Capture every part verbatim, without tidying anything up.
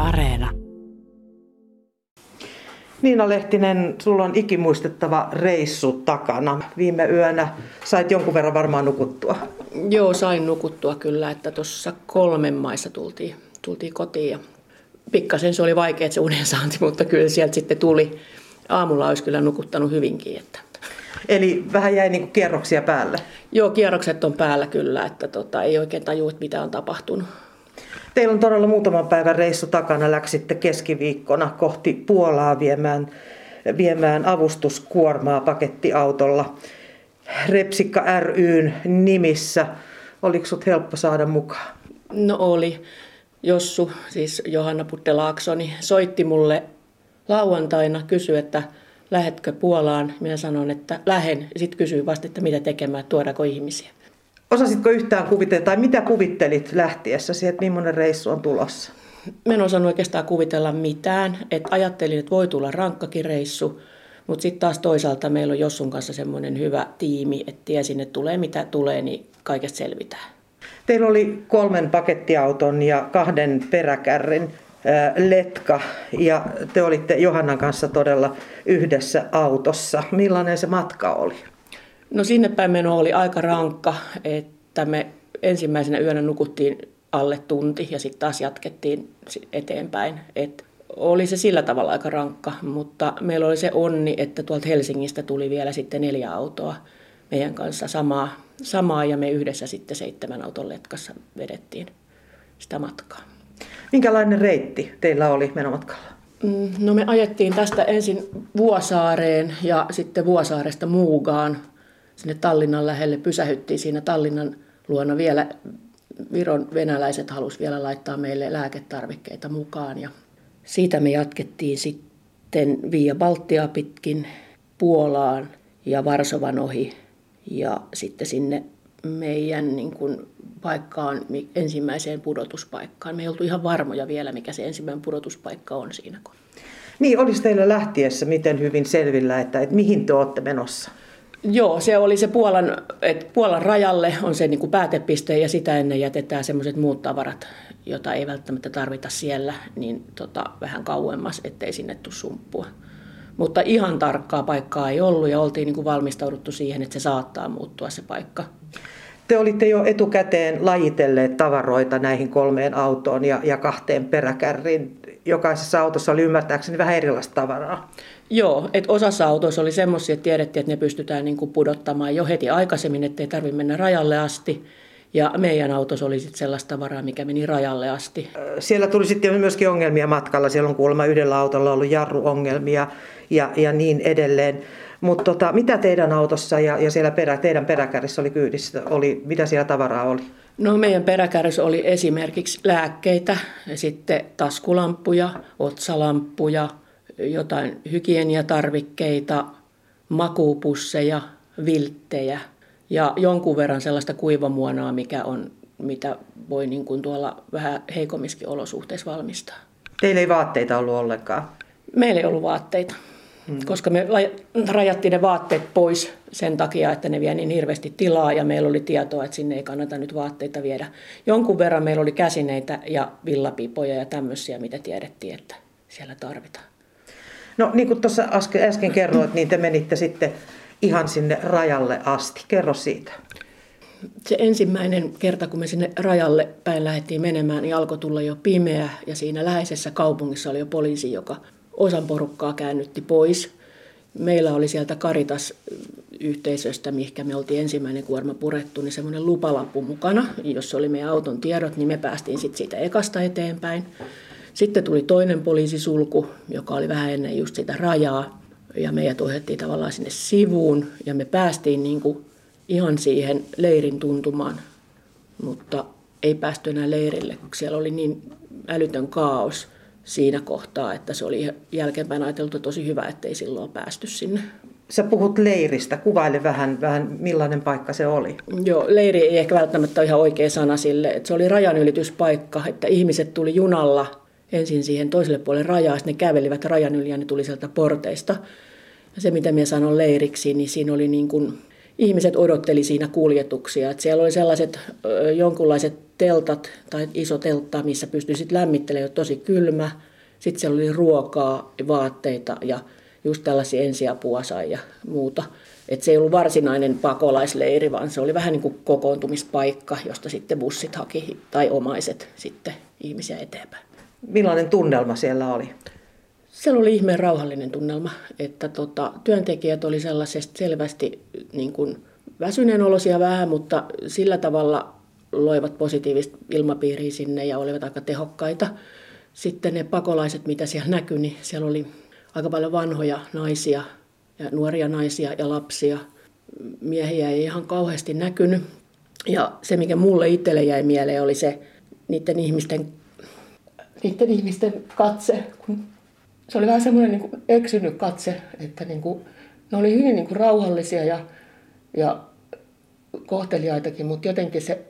Areena. Niina Lehtinen, sulla on ikimuistettava reissu takana. Viime yönä sait jonkun verran varmaan nukuttua. Joo, sain nukuttua kyllä, että tuossa kolmen maissa tultiin, tultiin kotiin. Ja pikkasen se oli vaikea se unen saanti, mutta kyllä sieltä sitten tuli. Aamulla olisi kyllä nukuttanut hyvinkin. Että. Eli vähän jäi niinku kierroksia päälle? Joo, kierrokset on päällä kyllä, että tota, ei oikein tajua, että mitä on tapahtunut. Teillä on todella muutaman päivän reissu takana. Läksitte keskiviikkona kohti Puolaa viemään, viemään avustuskuormaa pakettiautolla Repsikka ry:n nimissä. Oliko sut helppo saada mukaan? No oli. Jossu, siis Johanna Putte-Laaksoni, soitti mulle lauantaina, kysyi, että lähetkö Puolaan. Minä sanon, että lähen. Sitten kysyi vasta, että mitä tekemään, tuodaanko ihmisiä. Osasitko yhtään kuvitella, tai mitä kuvittelit lähtiessäsi, että millainen reissu on tulossa? Mä en osannut oikeastaan kuvitella mitään. Et ajattelin, että voi tulla rankkakin reissu, mutta sitten taas toisaalta meillä on Jossun kanssa semmoinen hyvä tiimi, että tiesin, että tulee mitä tulee, niin kaikesta selvitään. Teillä oli kolmen pakettiauton ja kahden peräkärrin äh, letka, ja te olitte Johannan kanssa todella yhdessä autossa. Millainen se matka oli? No sinne päin meno oli aika rankka, että me ensimmäisenä yönä nukuttiin alle tunti ja sitten taas jatkettiin eteenpäin. Et oli se sillä tavalla aika rankka, mutta meillä oli se onni, että tuolta Helsingistä tuli vielä sitten neljä autoa meidän kanssa samaa, samaa ja me yhdessä sitten seitsemän auton letkassa vedettiin sitä matkaa. Minkälainen reitti teillä oli menomatkalla? No me ajettiin tästä ensin Vuosaareen ja sitten Vuosaaresta Muugaan. Sinne Tallinnan lähelle pysähyttiin siinä Tallinnan luona vielä. Viron venäläiset halusivat vielä laittaa meille lääketarvikkeita mukaan. Ja siitä me jatkettiin sitten Via Baltia pitkin Puolaan ja Varsovan ohi. Ja sitten sinne meidän niin kuin, paikkaan, ensimmäiseen pudotuspaikkaan. Me ei oltu ihan varmoja vielä, mikä se ensimmäinen pudotuspaikka on siinä. Niin, olisi teillä lähtiessä miten hyvin selvillä, että, että mihin te olette menossa? Joo, se oli se Puolan, että Puolan rajalle on se niin kuin päätepiste ja sitä ennen jätetään semmoiset muut tavarat, joita ei välttämättä tarvita siellä, niin tota, vähän kauemmas, ettei sinne tule sumppua. Mutta ihan tarkkaa paikkaa ei ollut ja oltiin niin kuin valmistauduttu siihen, että se saattaa muuttua se paikka. Te olitte jo etukäteen lajitelleet tavaroita näihin kolmeen autoon ja, ja kahteen peräkärriin. Jokaisessa autossa oli ymmärtääkseni vähän erilaista tavaraa. Joo, että osassa autoissa oli semmoisia, että tiedettiin, että ne pystytään niin kuin pudottamaan jo heti aikaisemmin, ettei tarvitse mennä rajalle asti. Ja meidän autossa oli sitten sellaista tavaraa, mikä meni rajalle asti. Siellä tuli sitten myöskin ongelmia matkalla. Siellä on kuulemma yhdellä autolla ollut jarruongelmia ja, ja niin edelleen. Mutta tota, mitä teidän autossa ja, ja siellä perä, teidän peräkärrissä oli kyydissä? Oli, mitä siellä tavaraa oli? No meidän peräkärrissä oli esimerkiksi lääkkeitä, ja sitten taskulamppuja, otsalamppuja, jotain hygieniatarvikkeita, makuupusseja, vilttejä ja jonkun verran sellaista kuivamuonaa, mikä on, mitä voi niin kuin tuolla vähän heikommissakin olosuhteissa valmistaa. Teillä ei vaatteita ollut ollenkaan? Meillä ei ollut vaatteita, hmm. koska me rajattiin ne vaatteet pois sen takia, että ne vie niin hirveästi tilaa ja meillä oli tietoa, että sinne ei kannata nyt vaatteita viedä. Jonkun verran meillä oli käsineitä ja villapipoja ja tämmöisiä, mitä tiedettiin, että siellä tarvitaan. No niin kuin tuossa äsken, äsken kerroit, niin te menitte sitten ihan sinne rajalle asti. Kerro siitä. Se ensimmäinen kerta, kun me sinne rajalle päin lähdettiin menemään, niin alkoi tulla jo pimeä ja siinä läheisessä kaupungissa oli jo poliisi, joka osan porukkaa käännytti pois. Meillä oli sieltä Caritas-yhteisöstä, mihinkä me oltiin ensimmäinen kuorma purettu, niin semmoinen lupalappu mukana, jossa oli meidän auton tiedot, niin me päästiin sitten siitä ekasta eteenpäin. Sitten tuli toinen poliisisulku, joka oli vähän ennen just sitä rajaa, ja meidät ohjattiin tavallaan sinne sivuun, ja me päästiin niin kuin ihan siihen leirin tuntumaan, mutta ei päästy enää leirille, kun siellä oli niin älytön kaos siinä kohtaa, että se oli jälkeenpäin ajateltu tosi hyvä, ettei silloin päästy sinne. Sä puhut leiristä. Kuvaile vähän, vähän millainen paikka se oli. Joo, leiri ei ehkä välttämättä ole ihan oikea sana sille. Että se oli rajanylityspaikka, että ihmiset tuli junalla ensin siihen toiselle puolelle rajaa, sitten ne kävelivät rajan yli ja ne tuli sieltä porteista. Ja se, mitä minä sanon leiriksi, niin siinä oli niin kuin, ihmiset odotteli siinä kuljetuksia. Että siellä oli sellaiset ö, jonkunlaiset teltat tai iso teltta, missä pystyi sitten lämmittelemään, jo tosi kylmä. Sitten siellä oli ruokaa, vaatteita ja just tällaisia ensiapua sai ja muuta. Et se ei ollut varsinainen pakolaisleiri, vaan se oli vähän niin kuin kokoontumispaikka, josta sitten bussit haki tai omaiset sitten ihmisiä eteenpäin. Millainen tunnelma siellä oli? Siellä oli ihmeen rauhallinen tunnelma, että tota, työntekijät oli sellaisesti selvästi niin kuin väsyneen olosia vähän, mutta sillä tavalla loivat positiivista ilmapiiriä sinne ja olivat aika tehokkaita. Sitten ne pakolaiset, mitä siellä näkyi, niin siellä oli aika paljon vanhoja naisia ja nuoria naisia ja lapsia. Miehiä ei ihan kauheasti näkynyt. Ja se, mikä mulle itselle jäi mieleen, oli se niiden ihmisten, niiden ihmisten katse. Se oli vähän semmoinen niin kuin eksynyt katse, että niin kuin, ne oli hyvin niin kuin rauhallisia ja, ja kohteliaitakin, mutta jotenkin se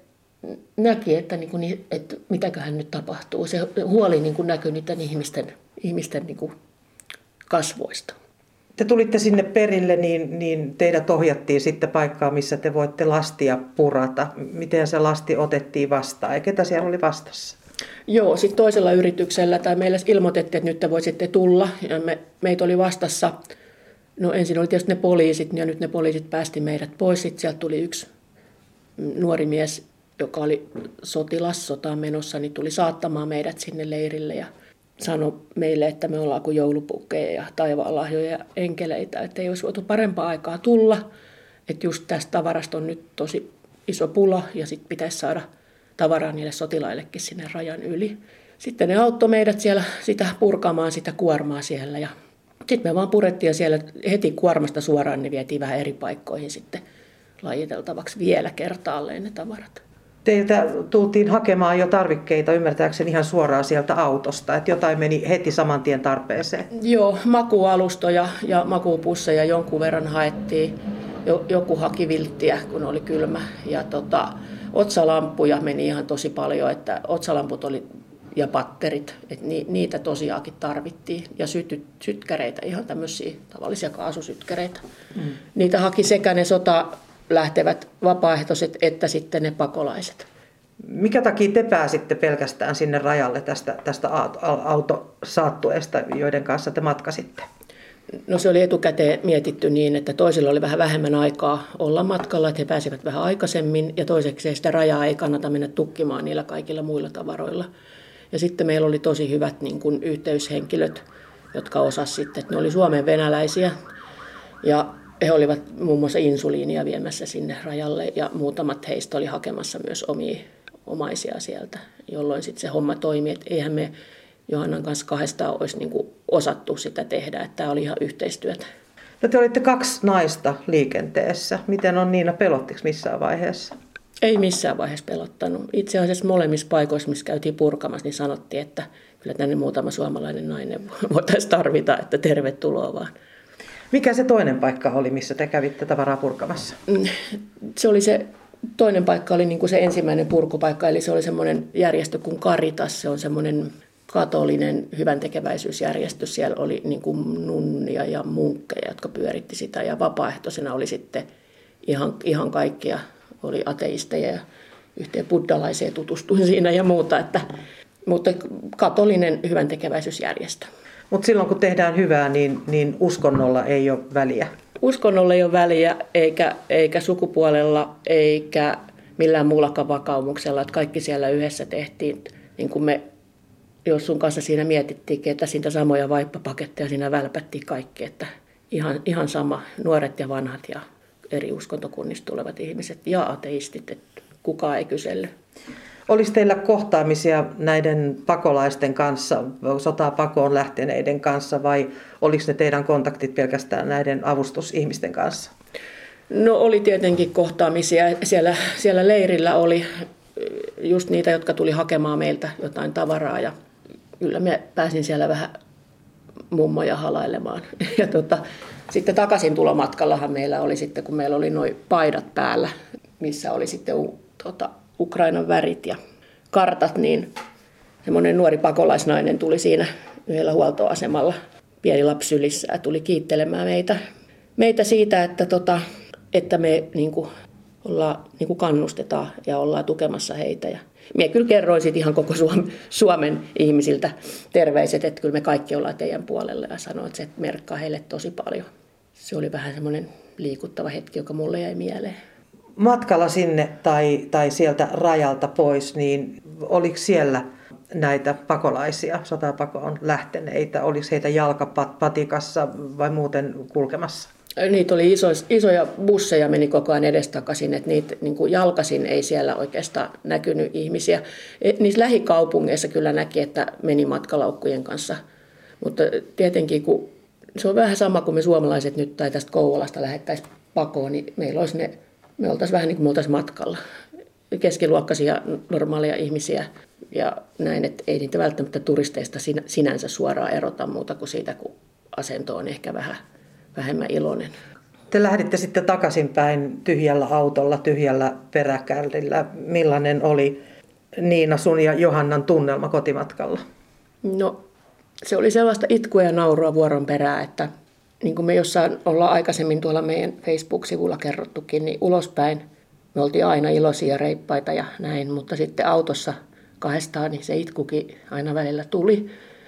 näki, että, niin kuin, että mitäköhän nyt tapahtuu. Se huoli niin kuin näkyi niiden ihmisten, ihmisten niin kuin kasvoista. Te tulitte sinne perille, niin, niin teidät ohjattiin sitten paikkaan, missä te voitte lastia purata. Miten se lasti otettiin vastaan ja ketä siellä oli vastassa? Joo, sitten toisella yrityksellä tai meille ilmoitettiin, että nyt te voisitte tulla. Ja me, meitä oli vastassa, no ensin oli tietysti ne poliisit, ja nyt ne poliisit päästi meidät pois. Sitten sieltä tuli yksi nuori mies, joka oli sotilas sotaan menossa, niin tuli saattamaan meidät sinne leirille ja sanoi meille, että me ollaan kuin joulupukkeja ja taivaanlahjoja ja enkeleitä, että ei olisi voitu parempaa aikaa tulla. Että just tästä tavarasta on nyt tosi iso pula ja sitten pitäisi saada tavaraa niille sotilaillekin sinne rajan yli. Sitten ne auttoi meidät siellä sitä purkamaan sitä kuormaa siellä ja sitten me vaan purettiin ja siellä heti kuormasta suoraan ne vietiin vähän eri paikkoihin sitten lajiteltavaksi vielä kertaalleen ne tavarat. Teiltä tultiin hakemaan jo tarvikkeita ymmärtääkseni ihan suoraan sieltä autosta, että jotain meni heti saman tien tarpeeseen. Joo, makualustoja ja makupusseja jonkun verran haettiin. Joku haki vilttiä, kun oli kylmä. Ja tota, otsalampuja meni ihan tosi paljon, että otsalamput oli ja patterit, että niitä tosiaankin tarvittiin. Ja syty, sytkäreitä, ihan tämmöisiä tavallisia kaasusytkäreitä. Mm. Niitä haki sekä ne sota lähtevät vapaaehtoiset että sitten ne pakolaiset. Mikä takia te pääsitte pelkästään sinne rajalle tästä, tästä autosaattueesta, joiden kanssa te matkasitte? No se oli etukäteen mietitty niin, että toisilla oli vähän vähemmän aikaa olla matkalla, että he pääsivät vähän aikaisemmin ja toiseksi sitä rajaa ei kannata mennä tukkimaan niillä kaikilla muilla tavaroilla. Ja sitten meillä oli tosi hyvät niin kuin yhteyshenkilöt, jotka osasivat sitten, että ne oli Suomen venäläisiä ja he olivat muun muassa insuliinia viemässä sinne rajalle ja muutamat heistä oli hakemassa myös omia omaisia sieltä, jolloin sitten se homma toimi, että eihän me Johannan kanssa kahdestaan olisi niin kuin osattu sitä tehdä, että tämä oli ihan yhteistyötä. No te olitte kaksi naista liikenteessä. Miten on Niina, pelottiko missään vaiheessa? Ei missään vaiheessa pelottanut. Itse asiassa molemmissa paikoissa, missä käytiin purkamassa, niin sanottiin, että kyllä tänne muutama suomalainen nainen voitaisiin tarvita, että tervetuloa vaan. Mikä se toinen paikka oli, missä te kävitte tavaraa purkamassa? Se oli se toinen paikka oli niin kuin se ensimmäinen purkupaikka, eli se oli semmoinen järjestö kuin Caritas. Se on semmoinen katolinen hyväntekeväisyysjärjestö. Siellä oli niin kuin nunnia ja munkkeja, jotka pyöritti sitä, ja vapaaehtoisena oli sitten ihan, ihan kaikkia. Oli ateisteja ja yhteen buddhalaiseen tutustuin siinä ja muuta, että, mutta katolinen hyväntekeväisyysjärjestö. Mutta silloin kun tehdään hyvää, niin, niin uskonnolla ei ole väliä. Uskonnolla ei ole väliä, eikä, eikä sukupuolella, eikä millään muullakaan vakaumuksella. Että kaikki siellä yhdessä tehtiin, niin kuin me, jos sun kanssa siinä mietittiin, että siitä samoja vaippapaketteja siinä välpättiin kaikki. Että ihan, ihan sama, nuoret ja vanhat ja eri uskontokunnista tulevat ihmiset ja ateistit, että kukaan ei kysely. Olisi teillä kohtaamisia näiden pakolaisten kanssa, sotaa pakoon lähteneiden kanssa, vai oliko ne teidän kontaktit pelkästään näiden avustusihmisten kanssa? No oli tietenkin kohtaamisia. Siellä, siellä leirillä oli just niitä, jotka tuli hakemaan meiltä jotain tavaraa, ja kyllä me pääsin siellä vähän mummoja halailemaan. Ja tota, sitten takaisin tulomatkallahan meillä oli sitten, kun meillä oli nuo paidat päällä, missä oli sitten tota, Ukrainan värit ja kartat, niin semmoinen nuori pakolaisnainen tuli siinä yhdellä huoltoasemalla pieni lapsi sylissä ja tuli kiittelemään meitä, meitä siitä, että, tota, että me niin kuin, ollaan, niin kuin kannustetaan ja ollaan tukemassa heitä. Ja Minä kyllä kerroin sitten ihan koko Suomen ihmisiltä terveiset, että kyllä me kaikki ollaan teidän puolella ja sanoin, että se merkkaa heille tosi paljon. Se oli vähän semmoinen liikuttava hetki, joka mulle jäi mieleen. Matkalla sinne tai, tai sieltä rajalta pois, niin oliko siellä näitä pakolaisia, sotapakoon lähteneitä? Oliko heitä jalkapatikassa vai muuten kulkemassa? Niitä oli iso, isoja busseja, meni koko ajan edestakaisin, että niitä niin kuin jalkaisin ei siellä oikeastaan näkynyt ihmisiä. Niissä lähikaupungeissa kyllä näki, että meni matkalaukkujen kanssa, mutta tietenkin kun se on vähän sama kuin me suomalaiset nyt tai tästä Kouvolasta lähettäisiin pakoon, niin meillä olisi ne, me oltaisiin vähän niin kuin me oltaisiin matkalla. Keskiluokkaisia normaaleja ihmisiä ja näin, että ei niitä välttämättä turisteista sinänsä suoraan erota muuta kuin siitä, kun asento on ehkä vähän vähemmän iloinen. Te lähditte sitten takaisinpäin tyhjällä autolla, tyhjällä peräkärrillä. Millainen oli Niina sun ja Johannan tunnelma kotimatkalla? No se oli sellaista itkua ja naurua vuoron perään, että niin kuin me jossain ollaan aikaisemmin tuolla meidän Facebook-sivulla kerrottukin, niin ulospäin me oltiin aina iloisia ja reippaita ja näin, mutta sitten autossa kahdestaan niin se itkukin aina välillä tuli.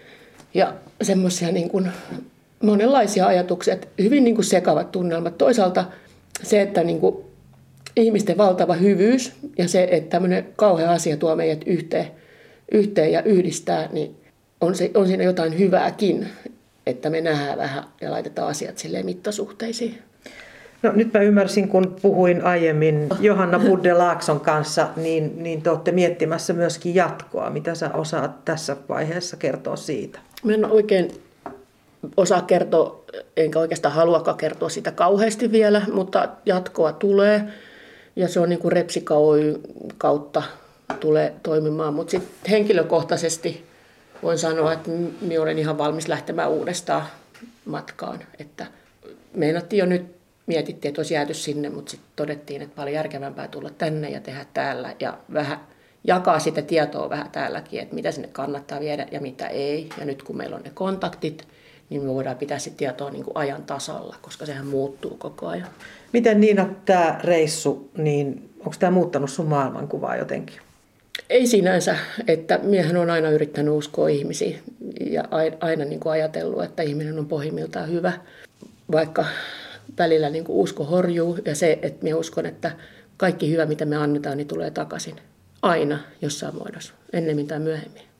Ja semmoisia niin kuin monenlaisia ajatuksia, hyvin niin kuin sekavat tunnelmat. Toisaalta se, että niin kuin ihmisten valtava hyvyys ja se, että tämmöinen kauhea asia tuo meidät yhteen, yhteen ja yhdistää, niin on, se, on siinä jotain hyvääkin, että me nähdään vähän ja laitetaan asiat silleen mittasuhteisiin. No, nyt mä ymmärsin, kun puhuin aiemmin Johanna Budde Laakson kanssa, niin, niin te olette miettimässä myöskin jatkoa. Mitä sä osaat tässä vaiheessa kertoa siitä? Mä en oikein osaa kertoa, enkä oikeastaan haluakaan kertoa sitä kauheasti vielä, mutta jatkoa tulee. Ja se on niin kuin Repsikka Oy kautta tulee toimimaan. Mutta sitten henkilökohtaisesti voin sanoa, että minä olen ihan valmis lähtemään uudestaan matkaan. Että meinattiin jo nyt, mietittiin, että olisi jääty sinne, mutta sitten todettiin, että paljon järkevämpää tulla tänne ja tehdä täällä. Ja vähän jakaa sitä tietoa vähän täälläkin, että mitä sinne kannattaa viedä ja mitä ei. Ja nyt kun meillä on ne kontaktit, niin me voidaan pitää sitä tietoa niin kuin ajan tasalla, koska sehän muuttuu koko ajan. Miten Niina, tämä reissu, niin onko tämä muuttanut sun maailmankuvaa jotenkin? Ei sinänsä, että miehän on aina yrittänyt uskoa ihmisiin ja aina niin kuin ajatellut, että ihminen on pohjimmiltaan hyvä, vaikka välillä niin kuin usko horjuu ja se, että minä uskon, että kaikki hyvä, mitä me annetaan, niin tulee takaisin aina jossain muodossa, ennemmin tai myöhemmin.